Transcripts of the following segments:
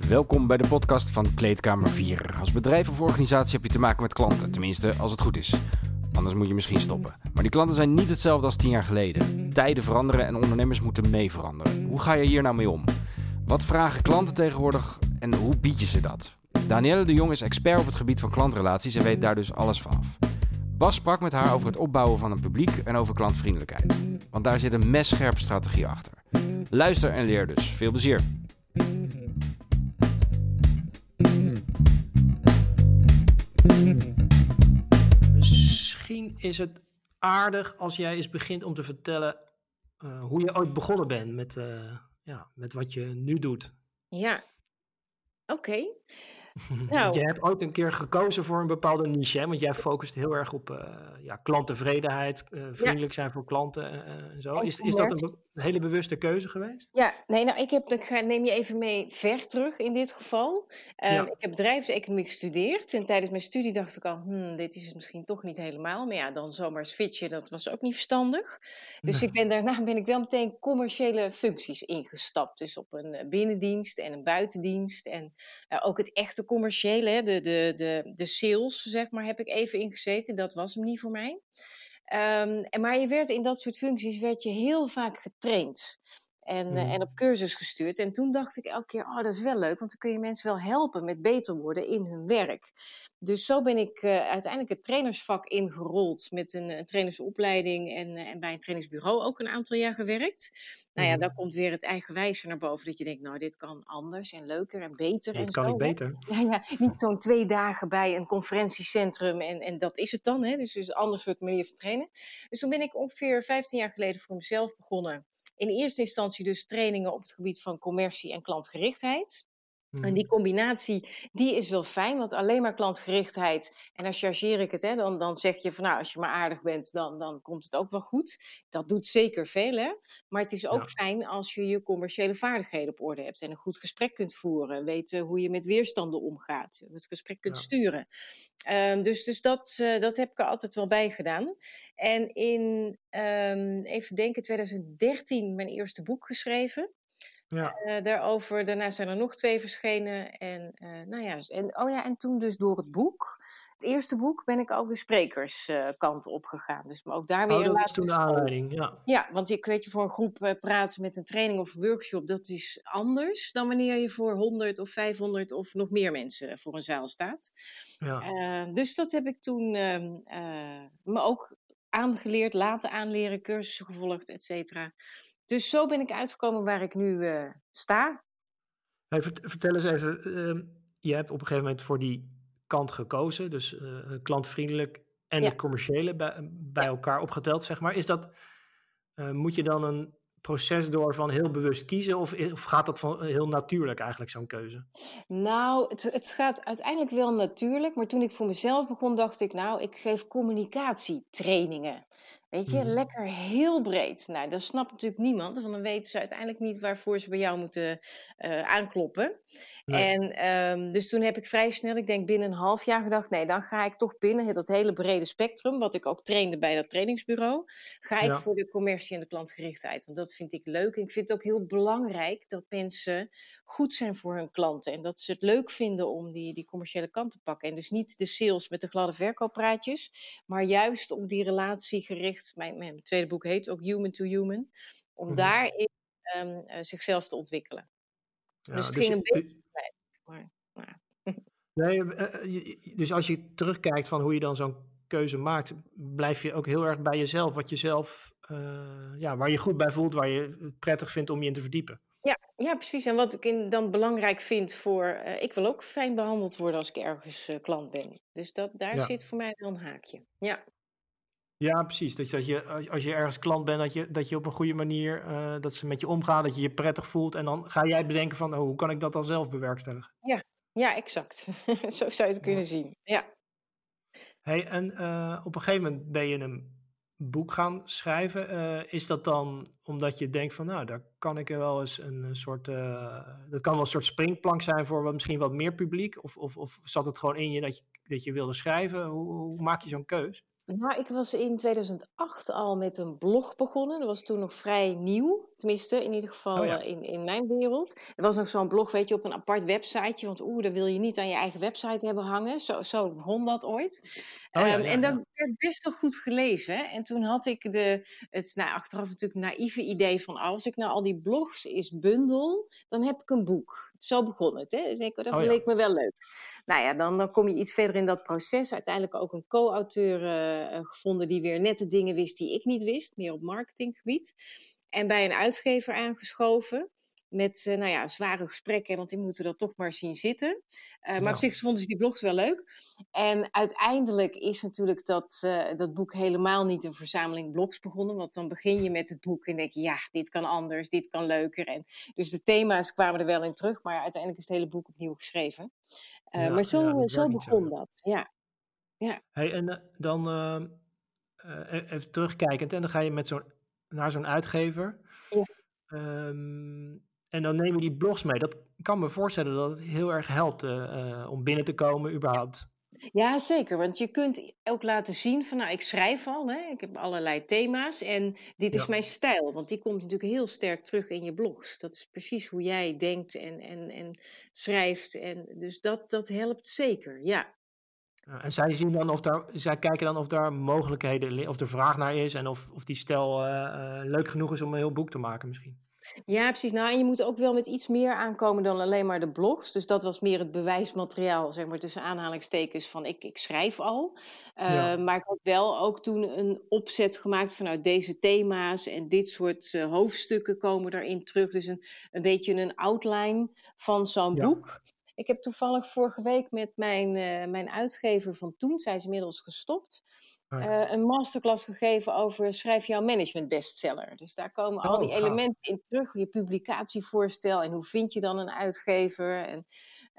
Welkom bij de podcast van Kleedkamer 4. Als bedrijf of organisatie heb je te maken met klanten, tenminste als het goed is. Anders moet je misschien stoppen. Maar die klanten zijn niet hetzelfde als 10 jaar geleden. Tijden veranderen en ondernemers moeten mee veranderen. Hoe ga je hier nou mee om? Wat vragen klanten tegenwoordig en hoe bied je ze dat? Danielle de Jong is expert op het gebied van klantrelaties en weet daar dus alles vanaf. Bas sprak met haar over het opbouwen van een publiek en over klantvriendelijkheid. Want daar zit een messcherpe strategie achter. Luister en leer dus. Veel plezier. Misschien is het aardig als jij eens begint om te vertellen hoe je ooit begonnen bent met wat je nu doet. Ja, oké. Want Nou, jij hebt ooit een keer gekozen voor een bepaalde niche, hè? Want jij focust heel erg op klanttevredenheid, ja, vriendelijk zijn voor klanten en zo. en Is dat commercie. een hele bewuste keuze geweest? Ja, nee, nou, neem je even mee ver terug in dit geval. Ja. Ik heb bedrijfseconomie gestudeerd en tijdens mijn studie dacht ik al, dit is het misschien toch niet helemaal. Maar ja, dan zomaar switchen, dat was ook niet verstandig. Dus daarna ben ik wel meteen commerciële functies ingestapt. Dus op een binnendienst en een buitendienst en ook het echte commerciële, hè, de sales, zeg maar, heb ik even ingezeten. Dat was hem niet voor mij. Maar je werd in dat soort functies werd je heel vaak getraind. En op cursus gestuurd. En toen dacht ik elke keer, dat is wel leuk, want dan kun je mensen wel helpen met beter worden in hun werk. Dus zo ben ik uiteindelijk het trainersvak ingerold met een trainersopleiding en bij een trainingsbureau ook een aantal jaar gewerkt. Nou ja, daar komt weer het eigenwijze naar boven, dat je denkt, nou, dit kan anders en leuker en beter Dit en kan ik zo. Hè? beter. Ja, niet zo'n 2 dagen bij een conferentiecentrum en dat is het dan. Hè? Dus een ander soort manier van trainen. Dus toen ben ik ongeveer 15 jaar geleden voor mezelf begonnen. In eerste instantie dus trainingen op het gebied van commercie en klantgerichtheid. En die combinatie, die is wel fijn, want alleen maar klantgerichtheid, en dan chargeer ik het, hè, dan zeg je van nou, als je maar aardig bent, dan komt het ook wel goed. Dat doet zeker veel, hè. Maar het is ook Ja. fijn als je je commerciële vaardigheden op orde hebt en een goed gesprek kunt voeren, weten hoe je met weerstanden omgaat, het gesprek kunt Ja. sturen. Dus dat heb ik er altijd wel bij gedaan. En in, even denken, 2013 mijn eerste boek geschreven. Ja. Daarover. Daarna zijn er nog 2 verschenen. En toen dus door het boek. Het eerste boek ben ik ook de sprekerskant opgegaan. Dus ook daar weer Oh, een dat was laatste toen de school. aanleiding. Ja. Ja, want ik weet je, voor een groep praten met een training of een workshop, dat is anders dan wanneer je voor 100 of 500 of nog meer mensen voor een zaal staat. Ja. Dus dat heb ik toen me ook aangeleerd, laten aanleren, cursussen gevolgd, et cetera. Dus zo ben ik uitgekomen waar ik nu sta. Hey, vertel eens even, je hebt op een gegeven moment voor die kant gekozen, dus klantvriendelijk en Ja, het commerciële bij ja. elkaar opgeteld, zeg maar. Moet je dan een proces door van heel bewust kiezen of gaat dat van heel natuurlijk eigenlijk, zo'n keuze? Nou, het gaat uiteindelijk wel natuurlijk. Maar toen ik voor mezelf begon, dacht ik, nou, ik geef communicatietrainingen. Weet je, lekker heel breed. Nou, dat snapt natuurlijk niemand, want dan weten ze uiteindelijk niet waarvoor ze bij jou moeten aankloppen. Nee. Dus toen heb ik vrij snel, ik denk binnen een half jaar gedacht, nee, dan ga ik toch binnen dat hele brede spectrum, wat ik ook trainde bij dat trainingsbureau, ga ik Ja. voor de commercie en de klantgerichtheid. Want dat vind ik leuk. En ik vind het ook heel belangrijk dat mensen goed zijn voor hun klanten. En dat ze het leuk vinden om die commerciële kant te pakken. En dus niet de sales met de gladde verkooppraatjes, maar juist op die relatie gericht. Mijn tweede boek heet ook Human to Human. Om daarin zichzelf te ontwikkelen. Dus Ja, het dus, ging een beetje bij. Maar. nee, dus als je terugkijkt van hoe je dan zo'n keuze maakt, blijf je ook heel erg bij jezelf, wat je zelf, waar je goed bij voelt, waar je het prettig vindt om je in te verdiepen. Ja, precies. En wat ik dan belangrijk vind ik wil ook fijn behandeld worden als ik ergens klant ben. Dus daar Ja. zit voor mij wel een haakje. Ja. Ja, precies. Dat je, als je ergens klant bent, dat je op een goede manier, dat ze met je omgaan, dat je je prettig voelt. En dan ga jij bedenken van, hoe kan ik dat dan zelf bewerkstelligen? Ja, exact. Zo zou je het Ja. kunnen zien. Ja. Hey, en op een gegeven moment ben je een boek gaan schrijven. Is dat dan omdat je denkt van, nou, daar kan ik er wel eens een soort, dat kan wel een soort springplank zijn voor misschien wat meer publiek? Of zat het gewoon in je dat je wilde schrijven? Hoe maak je zo'n keus? Nou, ik was in 2008 al met een blog begonnen. Dat was toen nog vrij nieuw. Tenminste, in ieder geval Oh ja. in mijn wereld. Er was nog zo'n blog, weet je, op een apart websiteje. Want dat wil je niet aan je eigen website hebben hangen. Zo begon dat ooit. Oh ja, En dat ja. werd best wel goed gelezen. En toen had ik achteraf natuurlijk naïeve idee van... als ik nou al die blogs eens bundel, dan heb ik een boek. Zo begon het. Hè? Dus ik, dat leek me wel leuk. Nou ja, dan kom je iets verder in dat proces. Uiteindelijk ook een co-auteur gevonden die weer net de dingen wist die ik niet wist. Meer op marketinggebied. En bij een uitgever aangeschoven. Met zware gesprekken, want die moeten dat toch maar zien zitten. Maar op zich vonden ze die blogs wel leuk. En uiteindelijk is natuurlijk dat boek helemaal niet een verzameling blogs begonnen. Want dan begin je met het boek en denk je, ja, dit kan anders, dit kan leuker. En dus de thema's kwamen er wel in terug, maar uiteindelijk is het hele boek opnieuw geschreven. Maar zo begon dat, ja. Hey, en dan even terugkijkend, en dan ga je naar zo'n uitgever. Ja. En dan neem je die blogs mee. Dat kan me voorstellen dat het heel erg helpt om binnen te komen überhaupt. Ja, zeker. Want je kunt ook laten zien van, ik schrijf al, hè? Ik heb allerlei thema's en dit is mijn stijl. Want die komt natuurlijk heel sterk terug in je blogs. Dat is precies hoe jij denkt en schrijft. En dus dat helpt zeker, ja. En zij kijken dan of daar mogelijkheden, of er vraag naar is en of die stijl leuk genoeg is om een heel boek te maken misschien. Ja, precies. Nou, en je moet ook wel met iets meer aankomen dan alleen maar de blogs. Dus dat was meer het bewijsmateriaal, zeg maar, tussen aanhalingstekens van ik schrijf al. Maar ik had wel ook toen een opzet gemaakt vanuit deze thema's en dit soort hoofdstukken komen daarin terug. Dus een beetje een outline van zo'n boek. Ik heb toevallig vorige week met mijn uitgever van toen, zij is inmiddels gestopt, een masterclass gegeven over schrijf jouw management bestseller. Dus daar komen al die elementen in terug, je publicatievoorstel en hoe vind je dan een uitgever. En,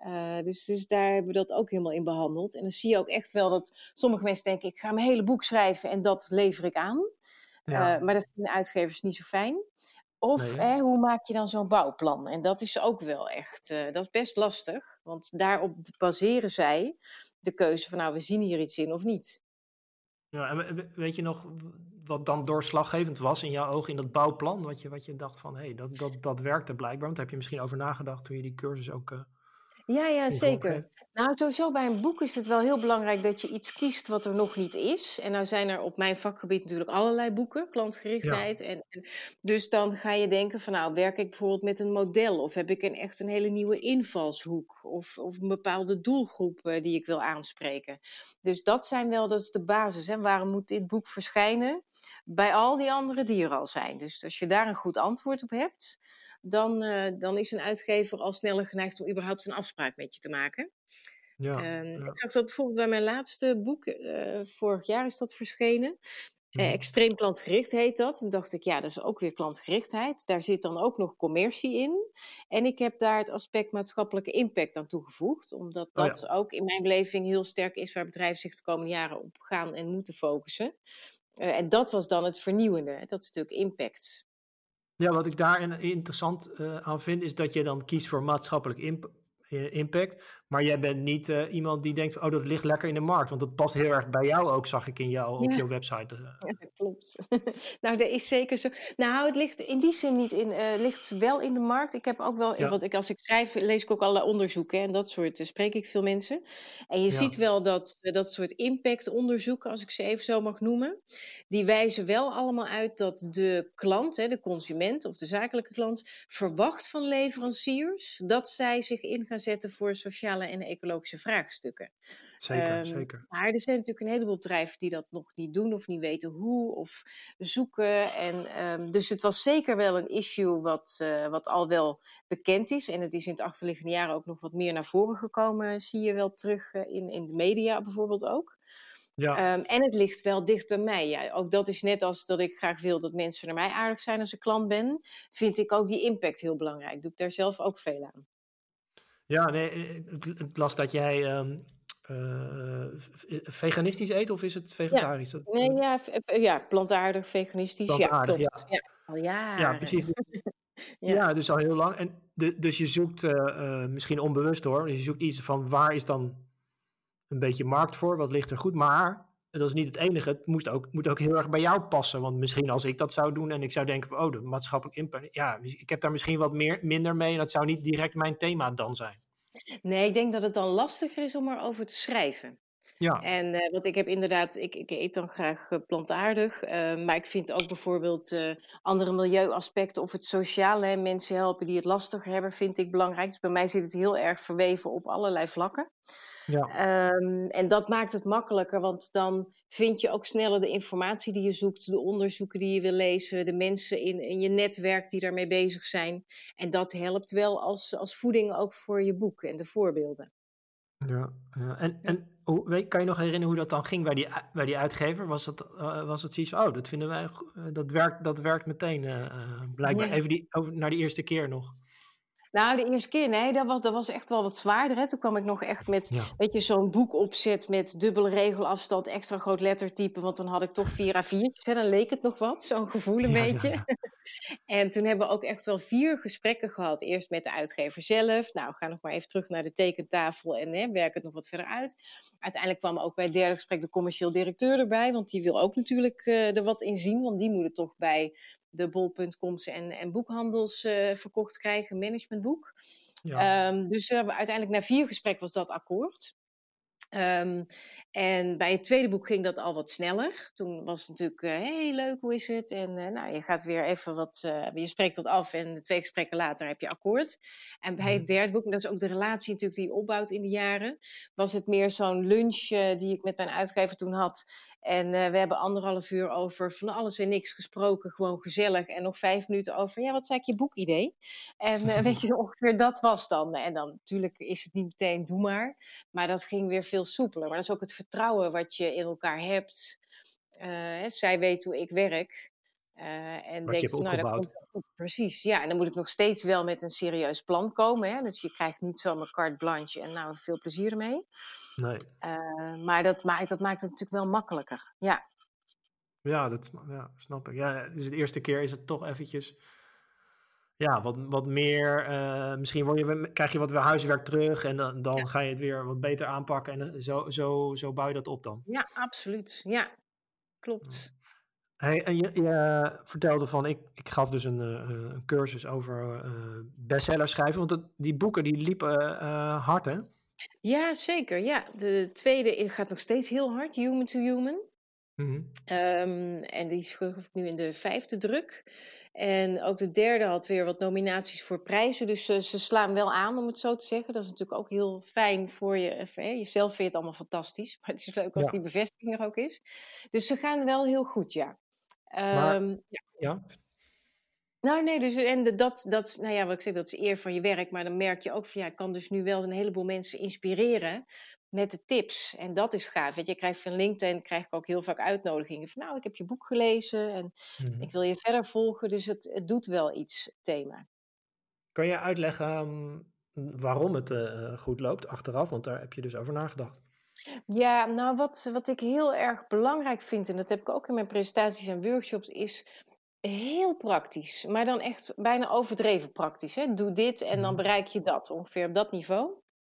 dus daar hebben we dat ook helemaal in behandeld. En dan zie je ook echt wel dat sommige mensen denken, ik ga mijn hele boek schrijven en dat lever ik aan. Maar dat vinden uitgevers niet zo fijn. Of hoe maak je dan zo'n bouwplan? En dat is ook wel echt, dat is best lastig. Want daarop baseren zij de keuze van, we zien hier iets in of niet. Ja, en weet je nog wat dan doorslaggevend was in jouw ogen in dat bouwplan? Wat je dacht van, dat werkte blijkbaar. Want daar heb je misschien over nagedacht toen je die cursus ook... Ja, zeker. Nou, sowieso bij een boek is het wel heel belangrijk dat je iets kiest wat er nog niet is. En nou zijn er op mijn vakgebied natuurlijk allerlei boeken, klantgerichtheid. En dus dan ga je denken van, werk ik bijvoorbeeld met een model? Of heb ik echt een hele nieuwe invalshoek? Of een bepaalde doelgroep die ik wil aanspreken? Dus dat is de basis. Hè? Waarom moet dit boek verschijnen? Bij al die andere die er al zijn. Dus als je daar een goed antwoord op hebt, dan is een uitgever al sneller geneigd om überhaupt een afspraak met je te maken. Ik zag dat bijvoorbeeld bij mijn laatste boek, vorig jaar is dat verschenen. Extreem klantgericht heet dat. En dacht ik, dat is ook weer klantgerichtheid. Daar zit dan ook nog commercie in. En ik heb daar het aspect maatschappelijke impact aan toegevoegd. Omdat dat ook in mijn beleving heel sterk is waar bedrijven zich de komende jaren op gaan en moeten focussen. En dat was dan het vernieuwende, dat stuk impact. Ja, wat ik daar interessant aan vind, is dat je dan kiest voor maatschappelijk impact. Maar jij bent niet iemand die denkt, dat ligt lekker in de markt. Want dat past heel erg bij jou ook, zag ik op jouw website. Ja, dat klopt. Nou, dat is zeker zo. Nou, het ligt in die zin niet in, ligt wel in de markt. Ik heb ook wel, want als ik schrijf, lees ik ook allerlei onderzoeken. En dat soort spreek ik veel mensen. En je ziet wel dat soort impactonderzoeken, als ik ze even zo mag noemen, die wijzen wel allemaal uit dat de klant, de consument of de zakelijke klant, verwacht van leveranciers dat zij zich in gaan zetten voor sociale en ecologische vraagstukken. Zeker. Maar er zijn natuurlijk een heleboel bedrijven die dat nog niet doen of niet weten hoe of zoeken. En, dus het was zeker wel een issue wat al wel bekend is. En het is in het achterliggende jaren ook nog wat meer naar voren gekomen. Zie je wel terug in de media bijvoorbeeld ook. En het ligt wel dicht bij mij. Ja, ook dat is net als dat ik graag wil dat mensen naar mij aardig zijn als ik klant ben. Vind ik ook die impact heel belangrijk. Doe ik daar zelf ook veel aan. Ja, ik las dat jij veganistisch eet of is het vegetarisch? Plantaardig, veganistisch. Plantaardig, klopt. Ja, al jaren. Ja, precies. Dus al heel lang. En dus je zoekt, misschien onbewust hoor, dus je zoekt iets van waar is dan een beetje markt voor, wat ligt er goed. Maar dat is niet het enige. Het moet ook heel erg bij jou passen. Want misschien als ik dat zou doen en ik zou denken van, de maatschappelijk impact. Ja, ik heb daar misschien wat minder mee. En dat zou niet direct mijn thema dan zijn. Nee, ik denk dat het dan lastiger is om erover te schrijven. Ja, En want ik heb inderdaad, ik eet dan graag plantaardig, maar ik vind ook bijvoorbeeld andere milieuaspecten of het sociale, hè, mensen helpen die het lastiger hebben, vind ik belangrijk. Dus bij mij zit het heel erg verweven op allerlei vlakken. ja, En dat maakt het makkelijker, want dan vind je ook sneller de informatie die je zoekt, de onderzoeken die je wil lezen, de mensen in je netwerk die daarmee bezig zijn. En dat helpt wel als voeding ook voor je boek en de voorbeelden. ja. En, Ja. kan je nog herinneren hoe dat dan ging bij die uitgever? Was het zoiets van, dat vinden wij, dat werkt meteen, blijkbaar. Ja. Even naar die eerste keer nog. Nou, de eerste keer, nee, dat was echt wel wat zwaarder. Hè. Toen kwam ik nog echt met, weet je, zo'n boek opzet met dubbele regelafstand, extra groot lettertype, want dan had ik toch 4 A4'tjes, hè, dan leek het nog wat, zo'n gevoel een beetje. Ja. En toen hebben we ook echt wel 4 gesprekken gehad. Eerst met de uitgever zelf. Nou, ga nog maar even terug naar de tekentafel en werk het nog wat verder uit. Uiteindelijk kwam ook bij het derde gesprek de commercieel directeur erbij, want die wil ook natuurlijk er wat in zien, want die moeten toch bij de bol.coms en boekhandels verkocht krijgen, managementboek. Ja. Dus uiteindelijk na 4 gesprekken was dat akkoord. En bij het tweede boek ging dat al wat sneller. Toen was het natuurlijk, hey, leuk, hoe is het? En nou, je gaat weer even je spreekt dat af en 2 gesprekken later heb je akkoord. En bij het derde boek, en dat is ook de relatie natuurlijk die je opbouwt in de jaren, was het meer zo'n lunch die ik met mijn uitgever toen had. En we hebben 1,5 uur over van alles en niks gesproken, gewoon gezellig. En nog 5 minuten over, wat zei ik, je boekidee? En weet je, ongeveer dat was dan. En dan natuurlijk is het niet meteen, doe maar dat ging weer veel soepeler. Maar dat is ook het vertrouwen wat je in elkaar hebt. Zij weet hoe ik werk. En Wat je denkt hebt van, nou, dat opgebouwd. komt wel goed. Precies, ja. En dan moet ik nog steeds wel met een serieus plan komen. Hè? Dus je krijgt niet zomaar carte blanche en nou, veel plezier ermee. Nee. Maar dat maakt het natuurlijk wel makkelijker. Ja. Ja, dat snap ik. Ja, dus de eerste keer is het toch eventjes, wat meer. Misschien krijg je wat weer huiswerk terug en dan ga je het weer wat beter aanpakken. En zo bouw je dat op dan. Ja, absoluut. Ja, klopt. Hey, en je vertelde van, ik gaf dus een cursus over bestseller schrijven. Want die boeken die liepen hard, hè? Ja, zeker. Ja, de tweede gaat nog steeds heel hard, Human to Human. Mhm. En die is geloof ik nu in de 5e druk. En ook de derde had weer wat nominaties voor prijzen. Dus ze slaan wel aan, om het zo te zeggen. Dat is natuurlijk ook heel fijn voor je. Jezelf vind je het allemaal fantastisch. Maar het is leuk als Ja. die bevestiging er ook is. Dus ze gaan wel heel goed, ja. Maar, ja. Nou, nee, dus nou ja, wat ik zeg, dat is eer van je werk. Maar dan merk je ook van, ik kan dus nu wel een heleboel mensen inspireren met de tips. En dat is gaaf. Weet je, krijg van LinkedIn krijg ik ook heel vaak uitnodigingen van, nou, ik heb je boek gelezen en ik wil je verder volgen. Dus het doet wel iets, het thema. Kan je uitleggen waarom het goed loopt achteraf? Want daar heb je dus over nagedacht. Ja, nou, wat ik heel erg belangrijk vind, en dat heb ik ook in mijn presentaties en workshops, is heel praktisch. Maar dan echt bijna overdreven praktisch. Hè? Doe dit en dan bereik je dat, ongeveer op dat niveau.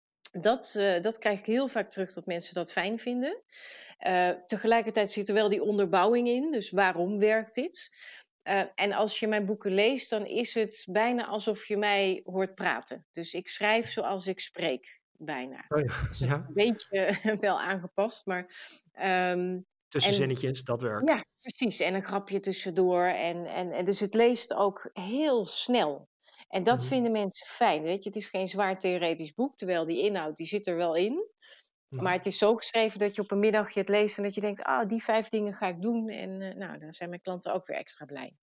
Dat krijg ik heel vaak terug, dat mensen dat fijn vinden. Tegelijkertijd zit er wel die onderbouwing in. Dus waarom werkt dit? En als je mijn boeken leest, dan is het bijna alsof je mij hoort praten. Dus ik schrijf zoals ik spreek, bijna. Oh ja. Dat is een beetje wel aangepast, maar... Tussenzinnetjes, dat werkt. Ja, precies. En een grapje tussendoor. En dus het leest ook heel snel. En dat vinden mensen fijn, weet je. Het is geen zwaar theoretisch boek, terwijl die inhoud, die zit er wel in. Maar het is zo geschreven dat je op een middagje het leest en dat je denkt, die 5 dingen ga ik doen. En nou, dan zijn mijn klanten ook weer extra blij.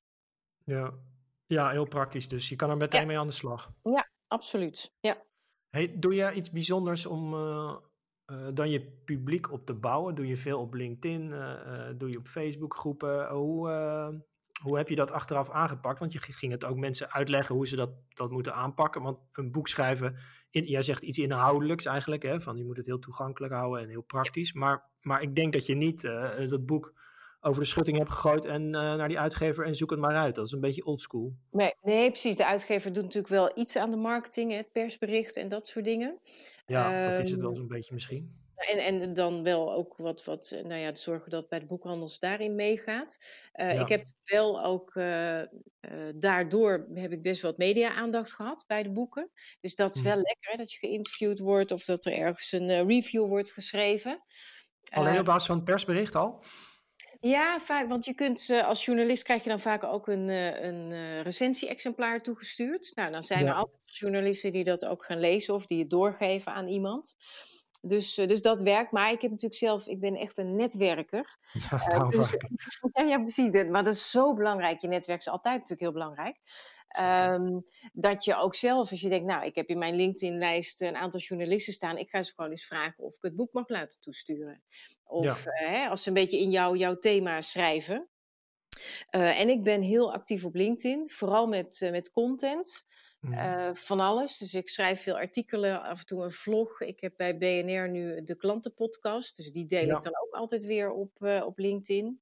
Ja, heel praktisch. Dus je kan er meteen mee aan de slag. Ja, absoluut. Ja. Hey, doe je iets bijzonders om dan je publiek op te bouwen? Doe je veel op LinkedIn? Doe je op Facebook groepen? Hoe heb je dat achteraf aangepakt? Want je ging het ook mensen uitleggen hoe ze dat moeten aanpakken. Want een boek schrijven, jij zegt iets inhoudelijks eigenlijk. Hè? Van je moet het heel toegankelijk houden en heel praktisch. Maar ik denk dat je niet dat boek over de schutting hebt gegooid en naar die uitgever en zoek het maar uit. Dat is een beetje oldschool. Nee, precies. De uitgever doet natuurlijk wel iets aan de marketing, het persbericht en dat soort dingen. Ja, dat is het wel zo'n beetje misschien. En dan wel ook zorgen dat bij de boekhandels daarin meegaat. Ik heb wel ook, daardoor heb ik best wat media-aandacht gehad bij de boeken. Dus dat is wel lekker, hè, dat je geïnterviewd wordt of dat er ergens een review wordt geschreven. Alleen op basis van het persbericht al? Ja, vaak, want je kunt als journalist krijg je dan vaak ook een recensie-exemplaar toegestuurd. Nou, dan zijn er altijd journalisten die dat ook gaan lezen of die het doorgeven aan iemand. Dus dat werkt. Maar ik ben echt een netwerker. Ja, daarom vraag ik het. Ja, precies. Maar dat is zo belangrijk. Je netwerk is altijd natuurlijk heel belangrijk. Dat je ook zelf, als je denkt, nou, ik heb in mijn LinkedIn-lijst een aantal journalisten staan. Ik ga ze gewoon eens vragen of ik het boek mag laten toesturen. Of als ze een beetje in jouw thema schrijven. En ik ben heel actief op LinkedIn, vooral met content. Van alles. Dus ik schrijf veel artikelen, af en toe een vlog. Ik heb bij BNR nu de klantenpodcast. Dus die deel ik dan ook altijd weer op LinkedIn.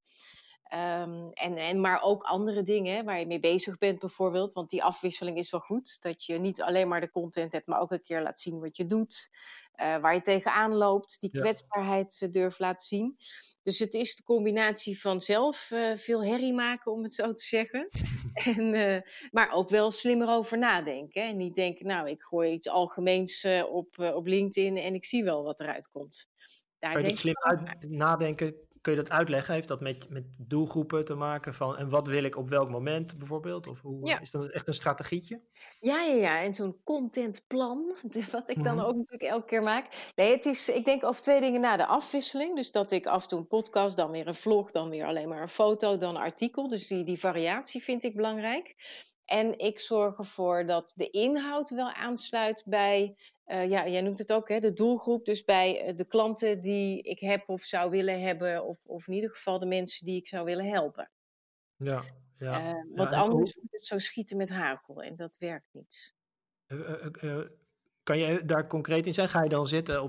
Maar ook andere dingen waar je mee bezig bent bijvoorbeeld. Want die afwisseling is wel goed. Dat je niet alleen maar de content hebt, maar ook een keer laat zien wat je doet. Waar je tegenaan loopt. Die kwetsbaarheid durft laten zien. Dus het is de combinatie van zelf veel herrie maken, om het zo te zeggen. Maar ook wel slimmer over nadenken. Hè? En niet denken, nou, ik gooi iets algemeens op LinkedIn en ik zie wel wat eruit komt. Daar Kun je dat slim nadenken? Kun je dat uitleggen? Heeft dat met doelgroepen te maken van en wat wil ik op welk moment bijvoorbeeld? Of is dat echt een strategietje? Ja. En zo'n contentplan, wat ik dan ook natuurlijk elke keer maak. Nee, ik denk over twee dingen na. De afwisseling, dus dat ik af en toe een podcast, dan weer een vlog, dan weer alleen maar een foto, dan een artikel. Dus die variatie vind ik belangrijk. En ik zorg ervoor dat de inhoud wel aansluit bij, jij noemt het ook, hè, de doelgroep. Dus bij de klanten die ik heb of zou willen hebben. Of in ieder geval de mensen die ik zou willen helpen. Ja. Want anders moet het zo schieten met hagel en dat werkt niet. Kan je daar concreet in zijn? Ga je dan zitten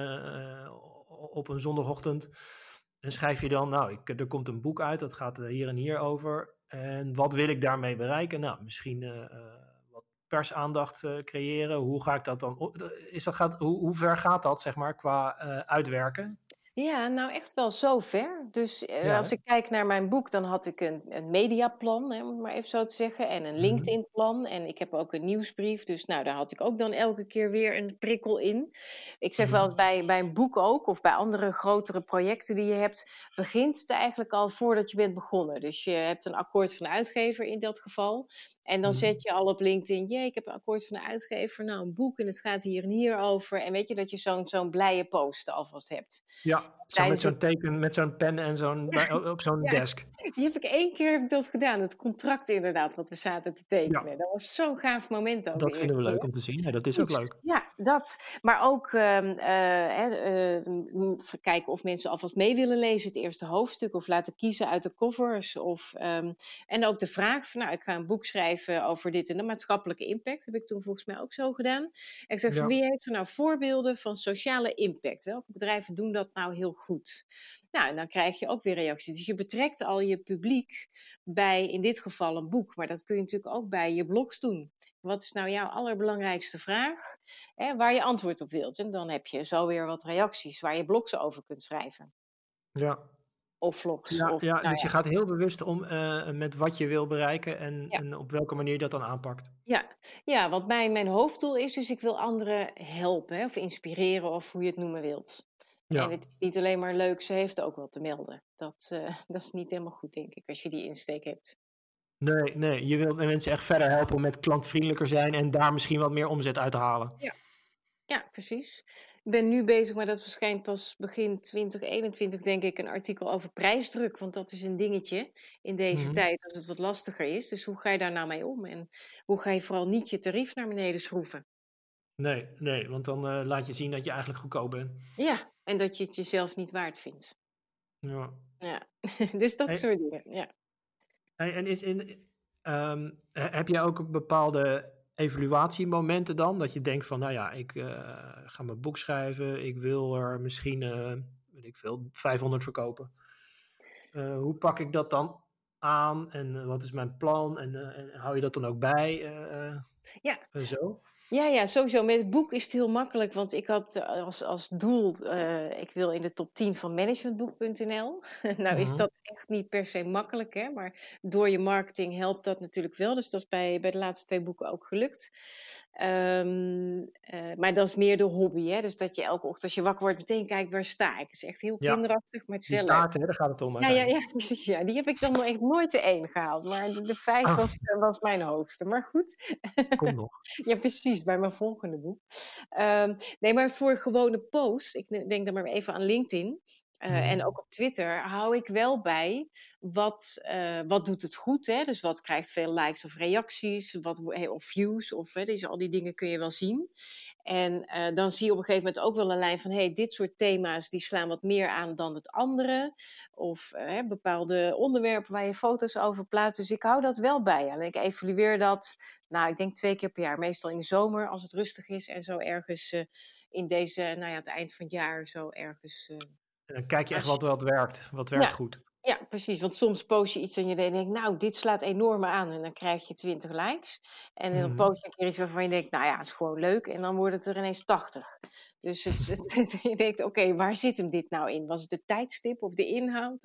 op een zondagochtend en schrijf je dan, nou, er komt een boek uit, dat gaat hier en hier over. En wat wil ik daarmee bereiken? Nou, misschien wat persaandacht creëren. Hoe ga ik dat dan? Hoe ver gaat dat, zeg maar, qua uitwerken? Ja, nou echt wel zo ver. Dus als ik kijk naar mijn boek, dan had ik een mediaplan, hè, om het maar even zo te zeggen, en een LinkedIn-plan. En ik heb ook een nieuwsbrief, dus nou, daar had ik ook dan elke keer weer een prikkel in. Ik zeg wel, bij een boek ook, of bij andere grotere projecten die je hebt, begint het eigenlijk al voordat je bent begonnen. Dus je hebt een akkoord van de uitgever in dat geval. En dan zet je al op LinkedIn, ik heb een akkoord van de uitgever, nou een boek en het gaat hier en hier over. En weet je dat je zo'n blije post alvast hebt. Ja, met zo'n teken, met zo'n pen en op zo'n desk. Die heb ik 1 keer dat gedaan, het contract inderdaad, wat we zaten te tekenen. Ja. Dat was zo'n gaaf moment ook. Dat vinden we leuk om te zien. Ja, dat is ook leuk. Ja, dat. Maar ook kijken of mensen alvast mee willen lezen, het eerste hoofdstuk, of laten kiezen uit de covers. En ook de vraag van, nou, ik ga een boek schrijven over dit en de maatschappelijke impact. Heb ik toen volgens mij ook zo gedaan. En ik zeg, wie heeft er nou voorbeelden van sociale impact? Welke bedrijven doen dat nou heel goed? Nou, en dan krijg je ook weer reacties. Dus je betrekt al je publiek bij, in dit geval, een boek. Maar dat kun je natuurlijk ook bij je blogs doen. Wat is nou jouw allerbelangrijkste vraag waar je antwoord op wilt? En dan heb je zo weer wat reacties waar je blogs over kunt schrijven. Ja. Of vlogs. Dus je gaat heel bewust om met wat je wil bereiken en op welke manier je dat dan aanpakt. Ja, want mijn hoofddoel is dus ik wil anderen helpen of inspireren of hoe je het noemen wilt. Ja. En het is niet alleen maar leuk, ze heeft ook wat te melden. Dat is niet helemaal goed, denk ik, als je die insteek hebt. Nee, je wilt mensen echt verder helpen om met klantvriendelijker zijn en daar misschien wat meer omzet uit te halen. Ja, precies. Ik ben nu bezig, maar dat verschijnt pas begin 2021, denk ik, een artikel over prijsdruk. Want dat is een dingetje in deze tijd als het wat lastiger is. Dus hoe ga je daar nou mee om? En hoe ga je vooral niet je tarief naar beneden schroeven? Nee, want dan laat je zien dat je eigenlijk goedkoop bent. Ja, en dat je het jezelf niet waard vindt. Ja. Dus dat soort dingen, ja. En heb jij ook bepaalde evaluatiemomenten dan? Dat je denkt van, nou ja, ik ga mijn boek schrijven. Ik wil er misschien, weet ik veel, 500 verkopen. Hoe pak ik dat dan aan? En wat is mijn plan? En hou je dat dan ook bij? Zo? Ja, sowieso. Met het boek is het heel makkelijk, want ik had als doel, ik wil in de top 10 van managementboek.nl. Nou is Mhm. dat echt niet per se makkelijk, hè, maar door je marketing helpt dat natuurlijk wel. Dus dat is bij de laatste 2 boeken ook gelukt. Maar dat is meer de hobby, hè. Dus dat je elke ochtend als je wakker wordt meteen kijkt, waar sta ik? Het is echt heel Ja, kinderachtig, maar het is die wel leuk. taart, hè, daar gaat het om Ja, uiteindelijk. precies. Ja. Die heb ik dan nog echt nooit de 1 gehaald. Maar de 5 Ah, was mijn hoogste. Maar goed. komt nog. Ja, precies, bij mijn volgende boek. Nee, maar voor gewone posts, denk dan maar even aan LinkedIn. En Mhm. ook op Twitter hou ik wel bij wat doet het goed. Hè? Dus wat krijgt veel likes of reacties, of views. Dus al die dingen kun je wel zien. En dan zie je op een gegeven moment ook wel een lijn van dit soort thema's die slaan wat meer aan dan het andere. Of bepaalde onderwerpen waar je foto's over plaatst. Dus ik hou dat wel bij. En ik evalueer dat. Nou, ik denk 2 keer per jaar. Meestal in de zomer als het rustig is. En zo ergens in deze, het eind van het jaar zo ergens. En dan kijk je echt Als, wat werkt. Wat werkt ja, goed. ja, precies. Want soms post je iets en je denkt, nou, dit slaat enorm aan. En dan krijg je 20 likes. En dan Mhm. post je een keer iets waarvan je denkt, nou ja, het is gewoon leuk. En dan wordt het er ineens 80. Dus je denkt, oké, waar zit hem dit nou in? Was het de tijdstip of de inhoud?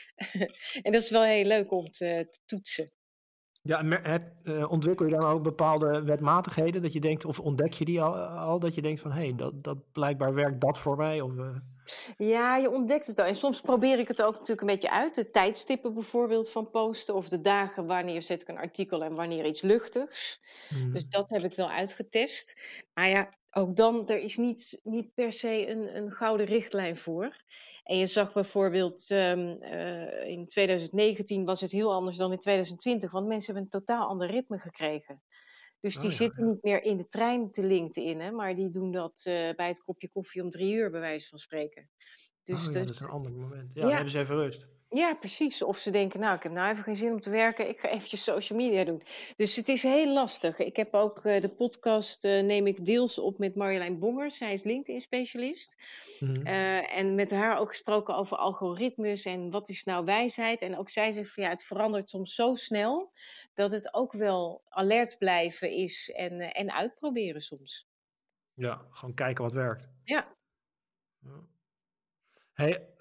En dat is wel heel leuk om te toetsen. Ja, en ontwikkel je dan ook bepaalde wetmatigheden dat je denkt, of ontdek je die al dat je denkt van, hé, dat blijkbaar werkt dat voor mij? Of, Ja, je ontdekt het al. En soms probeer ik het ook natuurlijk een beetje uit. De tijdstippen bijvoorbeeld van posten. Of de dagen wanneer zet ik een artikel en wanneer iets luchtigs. Dus Mhm. dat heb ik wel uitgetest. Maar ja, ook dan, er is niet per se een gouden richtlijn voor. En je zag bijvoorbeeld in 2019 was het heel anders dan in 2020. Want mensen hebben een totaal ander ritme gekregen. Dus die Oh ja, zitten ja. niet meer in de trein te LinkedIn, hè, maar die doen dat bij het kopje koffie om 3 uur, bij wijze van spreken. Oh Dus, ja, dus dat is een ander moment. Ja, dan ja, hebben ze even rust. ja, precies. Of ze denken, nou, ik heb nou even geen zin om te werken, ik ga eventjes social media doen. Dus het is heel lastig. Ik heb ook de podcast, neem ik deels op met Marjolein Bongers. Zij is LinkedIn-specialist. Mhm. En met haar ook gesproken over algoritmes en wat is nou wijsheid. En ook zij zegt van ja, het verandert soms zo snel dat het ook wel alert blijven is en uitproberen soms. Ja, gewoon kijken wat werkt. Ja. Ja. Hey,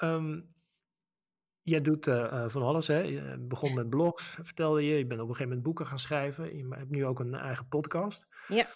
jij doet van alles, hè? Je begon met blogs, vertelde je. Je bent op een gegeven moment boeken gaan schrijven. Je hebt nu ook een eigen podcast. Ja.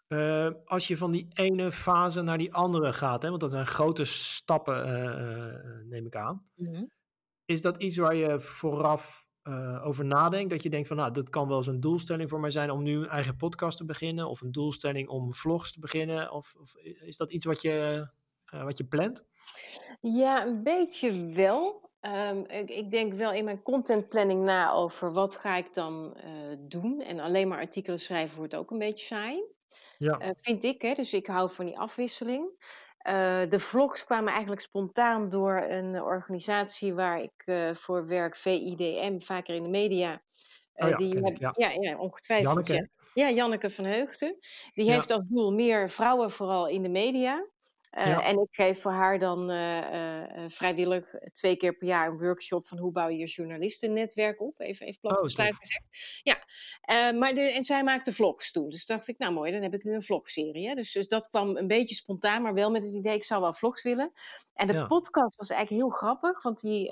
Als je van die ene fase naar die andere gaat, hè, want dat zijn grote stappen, neem ik aan. Mhm. Is dat iets waar je vooraf over nadenkt? Dat je denkt van, nou, dat kan wel eens een doelstelling voor mij zijn om nu een eigen podcast te beginnen, of een doelstelling om vlogs te beginnen? Of is dat iets wat je plant? Ja, een beetje wel. Ik denk wel in mijn contentplanning na over wat ga ik dan doen. En alleen maar artikelen schrijven wordt ook een beetje saai. Ja. Vind ik, hè? Dus ik hou van die afwisseling. De vlogs kwamen eigenlijk spontaan door een organisatie waar ik voor werk, VIDM, vaker in de media. Oh ja, Die ken ik, heb, ja. ja, ongetwijfeld. Janneke, Ja. hè? Ja, Janneke van Heugden. Die heeft Ja, als doel meer vrouwen vooral in de media. ja. En ik geef voor haar dan vrijwillig 2 keer per jaar een workshop van hoe bouw je journalistennetwerk op. Even plat Oh, besluit tof. gezegd. Ja, en zij maakte vlogs toen. Dus dacht ik, nou mooi, dan heb ik nu een vlogserie. Hè? Dus dat kwam een beetje spontaan, maar wel met het idee, ik zou wel vlogs willen. En de Ja. podcast was eigenlijk heel grappig, want die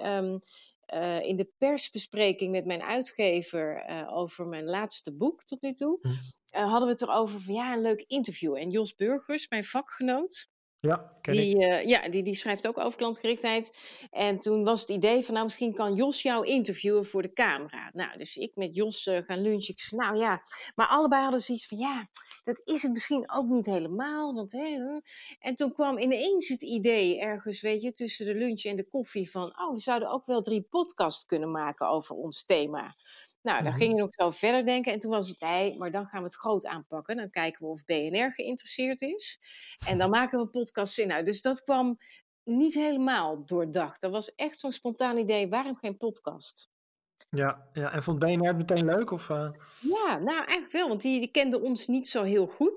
in de persbespreking met mijn uitgever over mijn laatste boek tot nu toe, Hm. hadden we het erover van ja, een leuk interview. En Jos Burgers, mijn vakgenoot, Ja, ken ik. die schrijft ook over klantgerichtheid. En toen was het idee van, nou, misschien kan Jos jou interviewen voor de camera. Nou, dus ik met Jos gaan lunchen. Ik zei, nou ja, maar allebei hadden zoiets van, ja, dat is het misschien ook niet helemaal. Want, En toen kwam ineens het idee ergens, weet je, tussen de lunch en de koffie van, oh, we zouden ook wel 3 podcasts kunnen maken over ons thema. Nou, dan ging Mhm. je nog zo verder denken. En toen was het, nee, maar dan gaan we het groot aanpakken. Dan kijken we of BNR geïnteresseerd is. En dan maken we een podcast in uit. Dus dat kwam niet helemaal doordacht. Dat was echt zo'n spontaan idee. Waarom geen podcast? Ja, ja, en vond BNR het meteen leuk? Of, Ja, nou eigenlijk wel. Want die kende ons niet zo heel goed.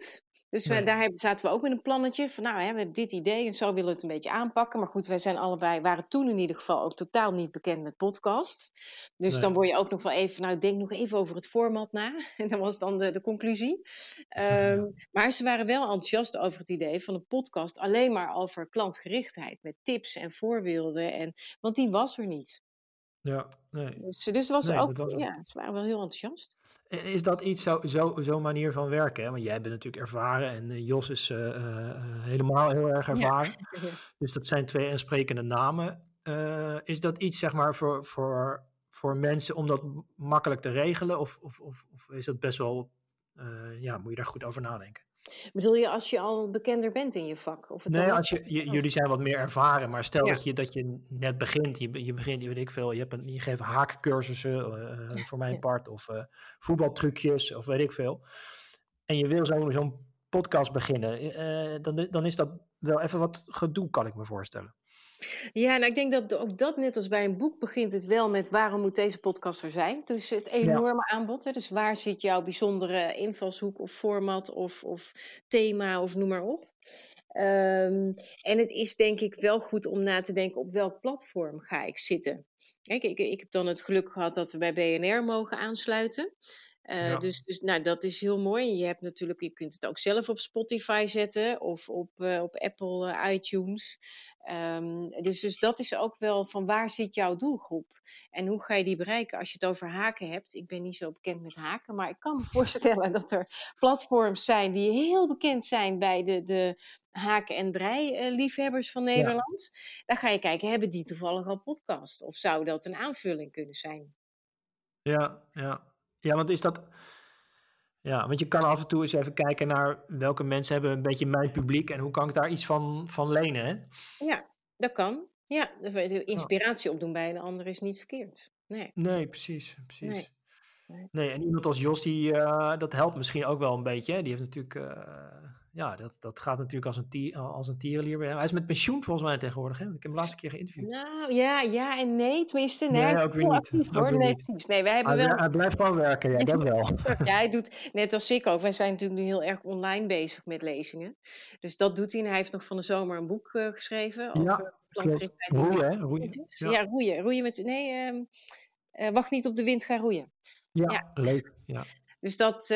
Dus Nee. daar zaten we ook met een plannetje van, nou, we hebben dit idee en zo willen we het een beetje aanpakken. Maar goed, wij zijn waren toen in ieder geval ook totaal niet bekend met podcast. Dus Nee. dan word je ook nog wel even, nou, denk nog even over het format na. En dat was dan de conclusie. Maar ze waren wel enthousiast over het idee van een podcast alleen maar over klantgerichtheid. Met tips en voorbeelden. Want die was er niet. Ja, nee. Dus was Nee, ook, dat was ja, ze waren wel heel enthousiast. En is dat iets, zo'n manier van werken? Hè? Want jij bent natuurlijk ervaren en Jos is helemaal heel erg ervaren. Ja. Dus dat zijn twee aansprekende namen. Is dat iets, zeg maar, voor mensen om dat makkelijk te regelen? Of is dat best wel, moet je daar goed over nadenken? Bedoel je als je al bekender bent in je vak? Of het Nee, dan als jullie zijn wat meer ervaren, maar stel Ja. dat je net begint, je begint, weet ik veel, je geeft haakcursussen voor mijn part, of voetbaltrucjes, of weet ik veel. En je wil zo'n podcast beginnen, dan is dat wel even wat gedoe, kan ik me voorstellen. Ja, nou, ik denk dat ook dat net als bij een boek begint het wel met waarom moet deze podcast er zijn. Dus het enorme aanbod. Hè? Dus waar zit jouw bijzondere invalshoek of format of thema of noem maar op. En het is denk ik wel goed om na te denken op welk platform ga ik zitten. Kijk, ik heb dan het geluk gehad dat we bij BNR mogen aansluiten. Dus nou, dat is heel mooi. Je kunt het ook zelf op Spotify zetten of op Apple iTunes. Dus dat is ook wel van waar zit jouw doelgroep? En hoe ga je die bereiken als je het over haken hebt? Ik ben niet zo bekend met haken, maar ik kan me voorstellen dat er platforms zijn die heel bekend zijn bij de haken- en brei-liefhebbers van Nederland. Dan ga je kijken, hebben die toevallig al podcast? Of zou dat een aanvulling kunnen zijn? Ja, want is dat... Ja, want je kan af en toe eens even kijken naar welke mensen hebben een beetje mijn publiek en hoe kan ik daar iets van lenen, hè? Ja, dat kan. Ja, de inspiratie opdoen bij een ander is niet verkeerd. Nee, precies. Nee. Nee, en iemand als Jos, dat helpt misschien ook wel een beetje, hè? Die heeft natuurlijk... dat gaat natuurlijk als een tierenlier bij hem. Hij is met pensioen volgens mij tegenwoordig, hè? Ik heb hem de laatste keer geïnterviewd. Nou, ja en nee. Tenminste, Nee, ook weer niet. actief, hoor. Nee, precies. Nee, wij hebben wel... Hij blijft gewoon werken, ja, dat wel. Ja, hij doet, net als ik ook, wij zijn natuurlijk nu heel erg online bezig met lezingen. Dus dat doet hij. En hij heeft nog van de zomer een boek geschreven over klantgerichtheid. Roeien, hè? Roeien. Ja, roeien. Roeien met... Nee, wacht niet op de wind, ga roeien. Ja, leuk. Ja. Dus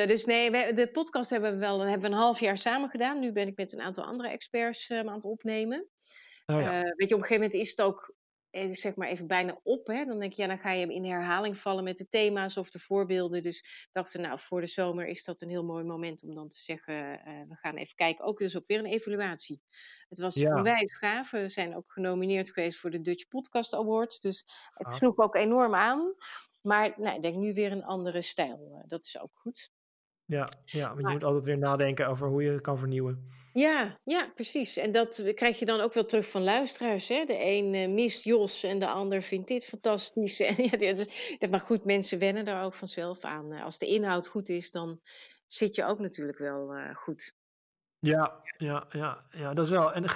de podcast hebben we een half jaar samen gedaan. Nu ben ik met een aantal andere experts aan het opnemen. Oh, ja. Weet je, op een gegeven moment is het ook zeg maar even bijna op. Hè? Dan denk je, dan ga je in herhaling vallen met de thema's of de voorbeelden. Dus dachten, nou, voor de zomer is dat een heel mooi moment om dan te zeggen, we gaan even kijken. Dus ook weer een evaluatie. Het was onwijs gaaf. We zijn ook genomineerd geweest voor de Dutch Podcast Awards. Dus het sloeg ook enorm aan. Maar ik denk nu weer een andere stijl. Dat is ook goed. Ja, want je moet altijd weer nadenken over hoe je het kan vernieuwen. Ja, precies. En dat krijg je dan ook wel terug van luisteraars. Hè? De een mist Jos en de ander vindt dit fantastisch. Maar goed, mensen wennen daar ook vanzelf aan. Als de inhoud goed is, dan zit je ook natuurlijk wel goed. Ja, dat is wel. En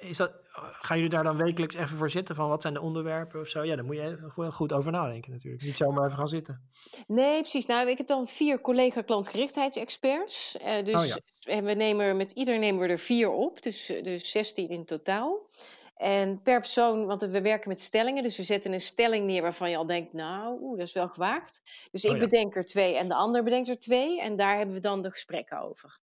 gaan jullie daar dan wekelijks even voor zitten? Van wat zijn de onderwerpen of zo? Ja, daar moet je even goed over nadenken natuurlijk. Niet zomaar even gaan zitten. Nee, precies. Nou, ik heb dan 4 collega klantgerichtheidsexperts. We nemen met ieder nemen we er 4 op. Dus 16 in totaal. En per persoon, want we werken met stellingen. Dus we zetten een stelling neer waarvan je al denkt, nou, dat is wel gewaagd. Dus ik bedenk er 2 en de ander bedenkt er 2. En daar hebben we dan de gesprekken over.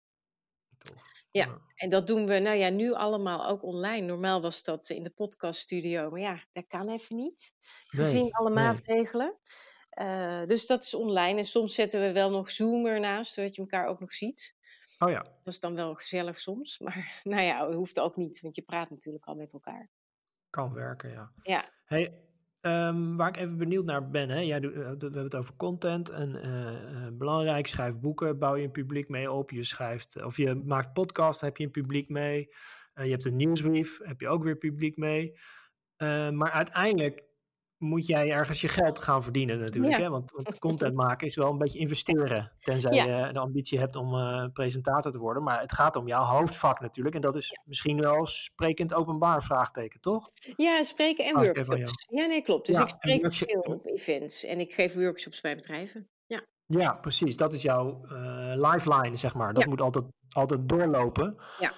Ja, en dat doen we nu allemaal ook online. Normaal was dat in de podcaststudio, maar ja, dat kan even niet. Gezien alle maatregelen. Dus dat is online. En soms zetten we wel nog Zoom ernaast, zodat je elkaar ook nog ziet. Oh ja. Dat is dan wel gezellig soms. Maar dat hoeft ook niet, want je praat natuurlijk al met elkaar. Kan werken, ja. Hey, waar ik even benieuwd naar ben, hè? We hebben het over content en belangrijk, schrijf boeken, bouw je een publiek mee op, of je maakt podcast, heb je een publiek mee, je hebt een nieuwsbrief, heb je ook weer publiek mee, maar uiteindelijk moet jij ergens je geld gaan verdienen natuurlijk, hè? Want content maken is wel een beetje investeren, tenzij je de ambitie hebt om presentator te worden, maar het gaat om jouw hoofdvak natuurlijk en dat is misschien wel sprekend openbaar vraagteken, toch? Ja, spreken en workshops. Ja, nee, klopt. Dus ik spreek veel op events en ik geef workshops bij bedrijven. Ja, precies. Dat is jouw lifeline, zeg maar. Dat Ja, moet altijd doorlopen. ja.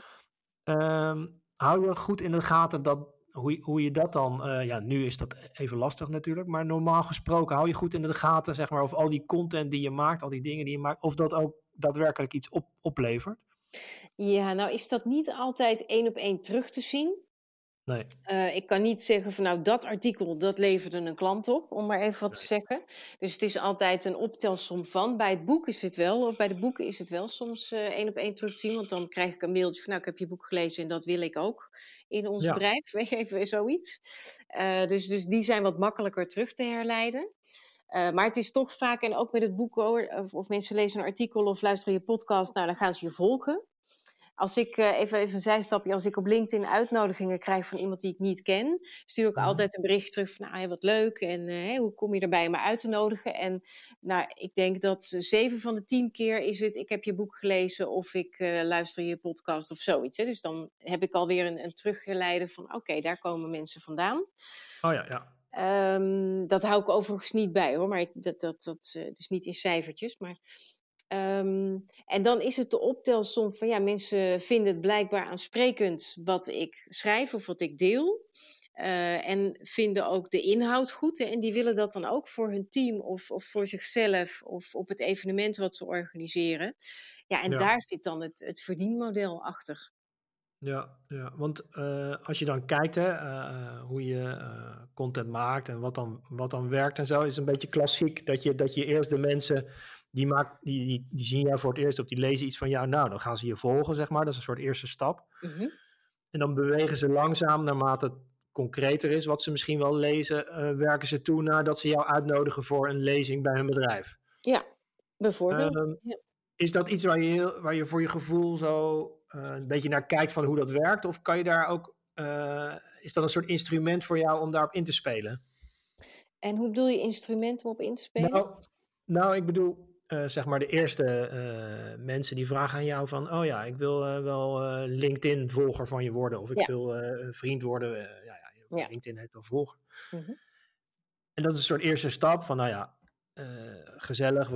Hou je goed in de gaten hoe je dat dan... ja, nu is dat even lastig natuurlijk. Maar normaal gesproken hou je goed in de gaten, zeg maar, of al die content die je maakt, al die dingen die je maakt, of dat ook daadwerkelijk iets oplevert? Ja, nou is dat niet altijd 1 op 1 terug te zien. Nee. Ik kan niet zeggen van nou dat artikel, dat leverde een klant op, om maar even wat te zeggen. Dus het is altijd een optelsom van. Bij het boek is het wel, of bij de boeken is het wel soms 1 op 1 terug te zien. Want dan krijg ik een mailtje van nou ik heb je boek gelezen en dat wil ik ook in ons Ja. bedrijf. Even zoiets. Dus die zijn wat makkelijker terug te herleiden. Maar het is toch vaak, en ook met het boek hoor, of mensen lezen een artikel of luisteren je podcast, nou dan gaan ze je volgen. Als ik, even een zijstapje, als ik op LinkedIn uitnodigingen krijg van iemand die ik niet ken, stuur ik altijd een berichtje terug van, nou, wat leuk en hoe kom je erbij om me uit te nodigen? En nou, ik denk dat 7 van de 10 keer is het, ik heb je boek gelezen of ik luister je podcast of zoiets. Hè? Dus dan heb ik alweer een teruggeleide van, oké, daar komen mensen vandaan. Oh ja. Dat hou ik overigens niet bij hoor, maar dus niet in cijfertjes, maar... en dan is het de optelsom van ja, mensen vinden het blijkbaar aansprekend wat ik schrijf of wat ik deel. En vinden ook de inhoud goed. Hè, en die willen dat dan ook voor hun team of voor zichzelf of op het evenement wat ze organiseren. Ja, en Ja. daar zit dan het verdienmodel achter. Ja, want als je dan kijkt hoe je content maakt en wat dan werkt en zo, is een beetje klassiek dat je eerst de mensen die zien jou voor het eerst of die lezen iets van jou, nou dan gaan ze je volgen, zeg maar. Dat is een soort eerste stap. Mhm. En dan bewegen ze langzaam, naarmate het concreter is wat ze misschien wel lezen, werken ze toe naar dat ze jou uitnodigen voor een lezing bij hun bedrijf. Ja, bijvoorbeeld. Ehm, Ja. Is dat iets waar je voor je gevoel zo een beetje naar kijkt van hoe dat werkt? Of kan je daar ook, is dat een soort instrument voor jou om daarop in te spelen? En hoe bedoel je instrument om op in te spelen? Nou ik bedoel, zeg maar de eerste mensen die vragen aan jou van, oh ja, ik wil wel LinkedIn-volger van je worden. Of ik Ja. wil een vriend worden. Ja. LinkedIn heet wel volger. Mhm. En dat is een soort eerste stap van, nou ja, gezellig.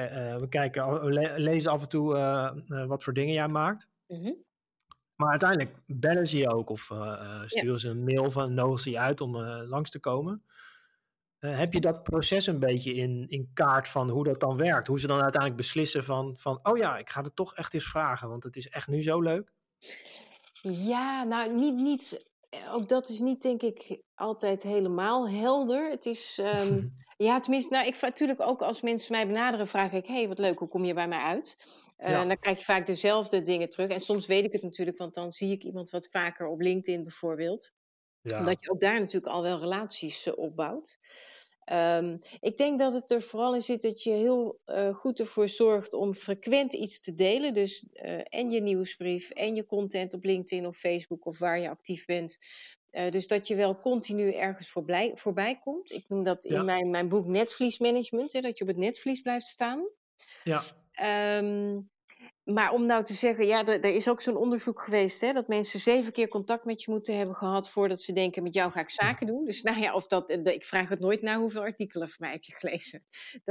We lezen af en toe wat voor dingen jij maakt. Mhm. Maar uiteindelijk bellen ze je ook of sturen ze een mail van nodigen ze je uit om langs te komen. Heb je dat proces een beetje in kaart van hoe dat dan werkt? Hoe ze dan uiteindelijk beslissen van oh ja, ik ga het toch echt eens vragen, want het is echt nu zo leuk. Ja, nou niet. Ook dat is niet, denk ik, altijd helemaal helder. Het is, ja, tenminste, nou, ik natuurlijk ook als mensen mij benaderen, vraag ik, hey, wat leuk, hoe kom je bij mij uit? Ja. Dan krijg je vaak dezelfde dingen terug. En soms weet ik het natuurlijk, want dan zie ik iemand wat vaker op LinkedIn bijvoorbeeld. Ja. Omdat je ook daar natuurlijk al wel relaties opbouwt. Ik denk dat het er vooral in zit dat je heel goed ervoor zorgt om frequent iets te delen. Dus en je nieuwsbrief en je content op LinkedIn of Facebook of waar je actief bent. Dus dat je wel continu ergens voorbij komt. Ik noem dat in mijn boek netvliesmanagement, hè, dat je op het netvlies blijft staan. Ja. Maar om nou te zeggen, ja, er is ook zo'n onderzoek geweest, hè, dat mensen 7 keer contact met je moeten hebben gehad voordat ze denken, met jou ga ik zaken doen. Dus nou ja, ik vraag het nooit na hoeveel artikelen van mij heb je gelezen.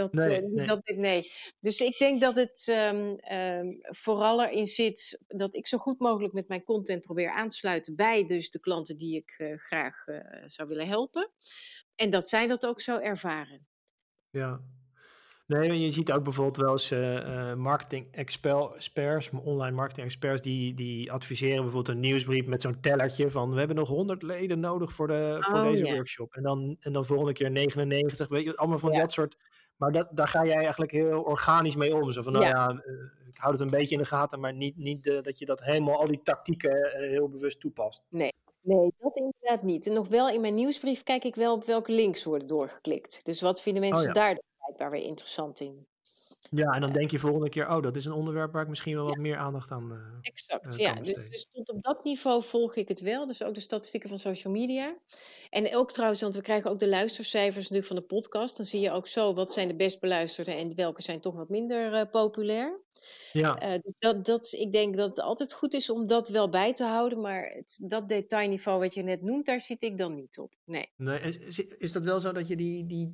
Nee. Dus ik denk dat het vooral erin zit dat ik zo goed mogelijk met mijn content probeer aan te sluiten bij dus de klanten die ik graag zou willen helpen. En dat zij dat ook zo ervaren. Ja. Nee, je ziet ook bijvoorbeeld wel eens marketing-experts, online marketing-experts, die adviseren bijvoorbeeld een nieuwsbrief met zo'n tellertje van we hebben nog 100 leden nodig voor deze workshop. En dan volgende keer 99, weet je, allemaal van dat soort. Maar daar ga jij eigenlijk heel organisch mee om. Zo van, ik hou het een beetje in de gaten, maar niet dat je dat helemaal, al die tactieken heel bewust toepast. Nee, dat inderdaad niet. En nog wel in mijn nieuwsbrief kijk ik wel op welke links worden doorgeklikt. Dus wat vinden mensen daar blijkbaar weer interessant in. Ja, en dan denk je volgende keer, dat is een onderwerp waar ik misschien wel wat meer aandacht aan exact, ja. Dus tot op dat niveau volg ik het wel. Dus ook de statistieken van social media. En ook trouwens, want we krijgen ook de luistercijfers natuurlijk van de podcast. Dan zie je ook zo, wat zijn de best beluisterde en welke zijn toch wat minder populair. Ja. Ik denk dat het altijd goed is om dat wel bij te houden. Maar dat detailniveau wat je net noemt, daar zit ik dan niet op. Nee. Is dat wel zo dat je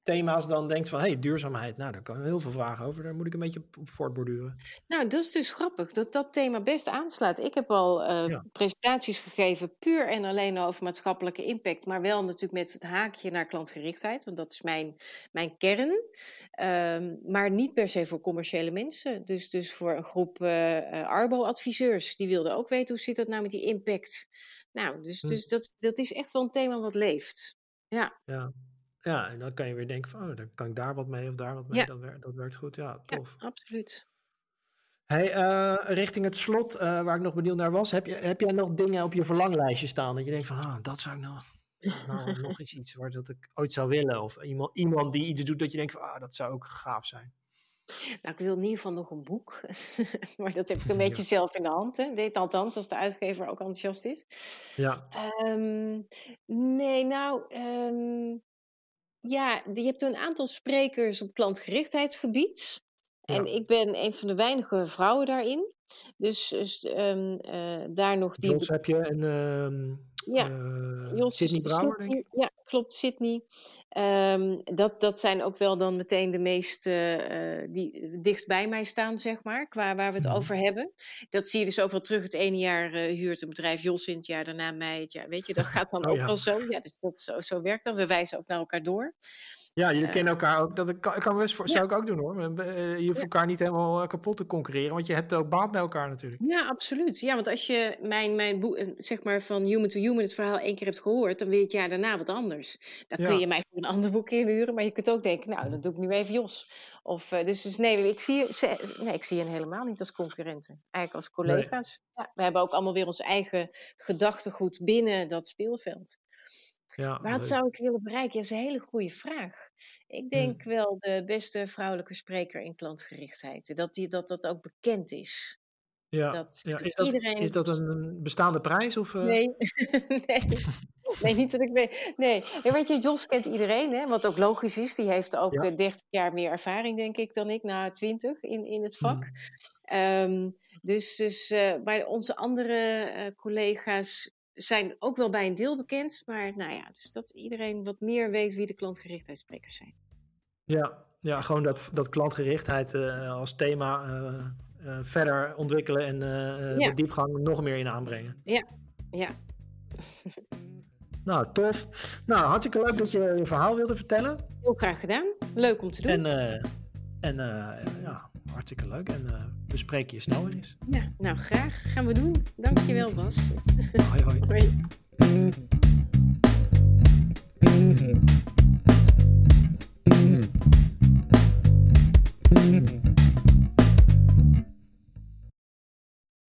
thema's dan denkt van, duurzaamheid. Nou, daar kan heel veel vragen over. Daar moet ik een beetje op voortborduren. Nou, dat is dus grappig dat dat thema best aanslaat. Ik heb al presentaties gegeven puur en alleen over maatschappelijke impact, maar wel natuurlijk met het haakje naar klantgerichtheid, want dat is mijn kern. Maar niet per se voor commerciële mensen. Dus voor een groep arbo-adviseurs. Die wilden ook weten, hoe zit dat nou met die impact? Nou, dus dat is echt wel een thema wat leeft. Ja. Ja, en dan kan je weer denken van, dan kan ik daar wat mee of daar wat mee. Dat werkt goed. Ja, tof. Ja, absoluut. Hey, richting het slot, waar ik nog benieuwd naar was, heb jij nog dingen op je verlanglijstje staan dat je denkt van, dat zou ik nog eens iets waar dat ik ooit zou willen, of iemand die iets doet dat je denkt van, dat zou ook gaaf zijn. Nou, ik wil in ieder geval nog een boek, maar dat heb ik een beetje zelf in de hand. Hè. Deed althans als de uitgever ook enthousiast is. Ja. Je hebt een aantal sprekers op klantgerichtheidsgebied. En ik ben een van de weinige vrouwen daarin. Dus daar nog die... Jos heb je en Sydney Brouwer, denk ik. Ja, klopt, Sydney. Dat zijn ook wel dan meteen de meest die dichtst bij mij staan, zeg maar, qua waar we het over hebben. Dat zie je dus ook wel terug. Het ene jaar huurt een bedrijf Jos in, het jaar daarna mij. Het jaar, weet je, dat gaat dan ook wel zo. Ja, dus zo werkt dat. We wijzen ook naar elkaar door. Ja, jullie kennen elkaar ook. Dat kan best zou ik ook doen, hoor. Je hoeft elkaar niet helemaal kapot te concurreren, want je hebt ook baat bij elkaar natuurlijk. Ja, absoluut. Ja, want als je mijn boek, zeg maar van Human to Human, het verhaal 1 keer hebt gehoord, dan weet je het jaar daarna wat anders. Dan kun je mij voor een ander boek inhuren, maar je kunt ook denken, nou, dat doe ik nu even Jos. Of, dus nee, ik zie hen helemaal niet als concurrenten. Eigenlijk als collega's. Nee. Ja, we hebben ook allemaal weer ons eigen gedachtegoed binnen dat speelveld. Ja, wat zou ik willen bereiken? Dat is een hele goede vraag. Ik denk wel de beste vrouwelijke spreker in klantgerichtheid. Dat ook bekend is. Ja. Is dat een bestaande prijs? Of, Nee. Nee, niet dat ik weet. Nee, weet je, Jos kent iedereen, hè, wat ook logisch is. Die heeft ook 30 jaar meer ervaring, denk ik, dan ik, na 20 in het vak. Maar onze andere collega's zijn ook wel bij een deel bekend, maar dus dat iedereen wat meer weet wie de klantgerichtheidssprekers zijn. Ja, gewoon dat klantgerichtheid als thema verder ontwikkelen en de diepgang nog meer in aanbrengen. Ja. Nou, tof. Nou, hartstikke leuk dat je je verhaal wilde vertellen. Heel graag gedaan. Leuk om te doen. Hartstikke leuk. En we spreken je snel weer eens. Ja, nou graag. Gaan we doen. Dankjewel, Bas. Hoi. Hoi.